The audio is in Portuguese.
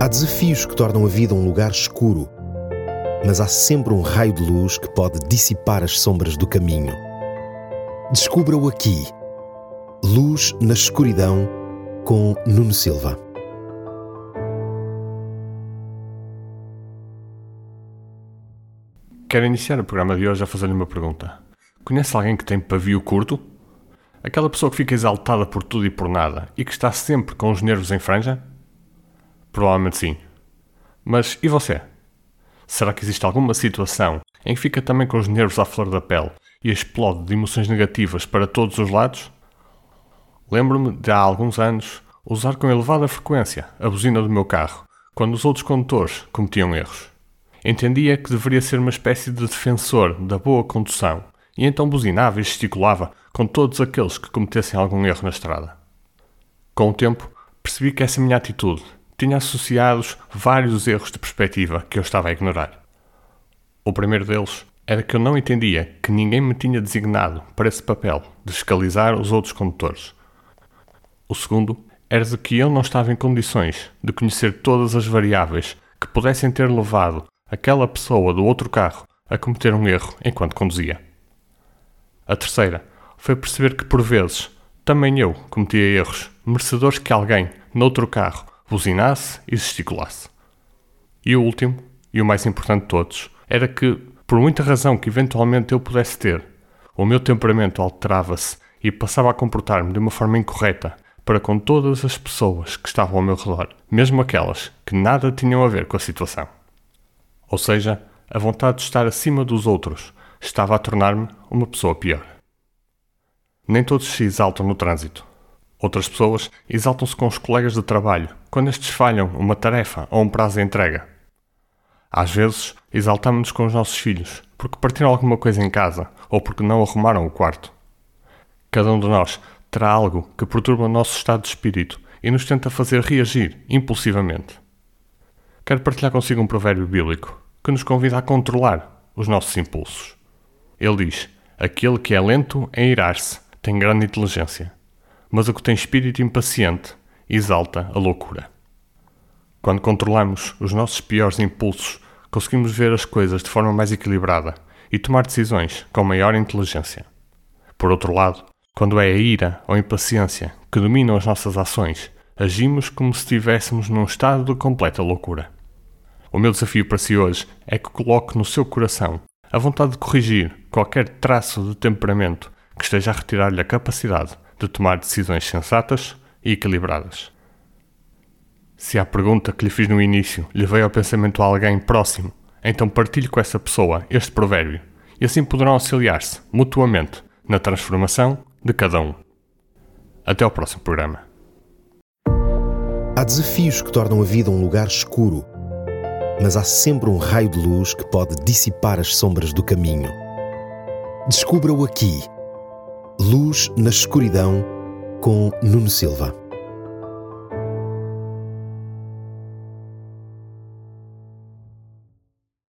Há desafios que tornam a vida um lugar escuro, mas há sempre um raio de luz que pode dissipar as sombras do caminho. Descubra-o aqui. Luz na Escuridão, com Nuno Silva. Quero iniciar o programa de hoje a fazer-lhe uma pergunta. Conhece alguém que tem pavio curto? Aquela pessoa que fica exaltada por tudo e por nada e que está sempre com os nervos em franja? Provavelmente sim. Mas e você? Será que existe alguma situação em que fica também com os nervos à flor da pele e explode de emoções negativas para todos os lados? Lembro-me de há alguns anos usar com elevada frequência a buzina do meu carro quando os outros condutores cometiam erros. Entendia que deveria ser uma espécie de defensor da boa condução e então buzinava e gesticulava com todos aqueles que cometessem algum erro na estrada. Com o tempo, percebi que essa minha atitude tinha associados vários erros de perspectiva que eu estava a ignorar. O primeiro deles era que eu não entendia que ninguém me tinha designado para esse papel de fiscalizar os outros condutores. O segundo era de que eu não estava em condições de conhecer todas as variáveis que pudessem ter levado aquela pessoa do outro carro a cometer um erro enquanto conduzia. A terceira foi perceber que, por vezes, também eu cometia erros merecedores que alguém, noutro carro, buzinasse e gesticulasse. E o último, e o mais importante de todos, era que, por muita razão que eventualmente eu pudesse ter, o meu temperamento alterava-se e passava a comportar-me de uma forma incorreta para com todas as pessoas que estavam ao meu redor, mesmo aquelas que nada tinham a ver com a situação. Ou seja, a vontade de estar acima dos outros estava a tornar-me uma pessoa pior. Nem todos se exaltam no trânsito. Outras pessoas exaltam-se com os colegas de trabalho quando estes falham uma tarefa ou um prazo de entrega. Às vezes, exaltamos-nos com os nossos filhos porque partiram alguma coisa em casa ou porque não arrumaram o quarto. Cada um de nós terá algo que perturba o nosso estado de espírito e nos tenta fazer reagir impulsivamente. Quero partilhar consigo um provérbio bíblico que nos convida a controlar os nossos impulsos. Ele diz: aquele que é lento em irar-se tem grande inteligência, mas o que tem espírito impaciente exalta a loucura. Quando controlamos os nossos piores impulsos, conseguimos ver as coisas de forma mais equilibrada e tomar decisões com maior inteligência. Por outro lado, quando é a ira ou a impaciência que dominam as nossas ações, agimos como se estivéssemos num estado de completa loucura. O meu desafio para si hoje é que coloque no seu coração a vontade de corrigir qualquer traço de temperamento que esteja a retirar-lhe a capacidade de tomar decisões sensatas e equilibradas. Se a pergunta que lhe fiz no início lhe veio ao pensamento a alguém próximo, então partilhe com essa pessoa este provérbio e assim poderão auxiliar-se mutuamente na transformação de cada um. Até ao próximo programa. Há desafios que tornam a vida um lugar escuro, mas há sempre um raio de luz que pode dissipar as sombras do caminho. Descubra-o aqui. Luz na Escuridão, com Nuno Silva.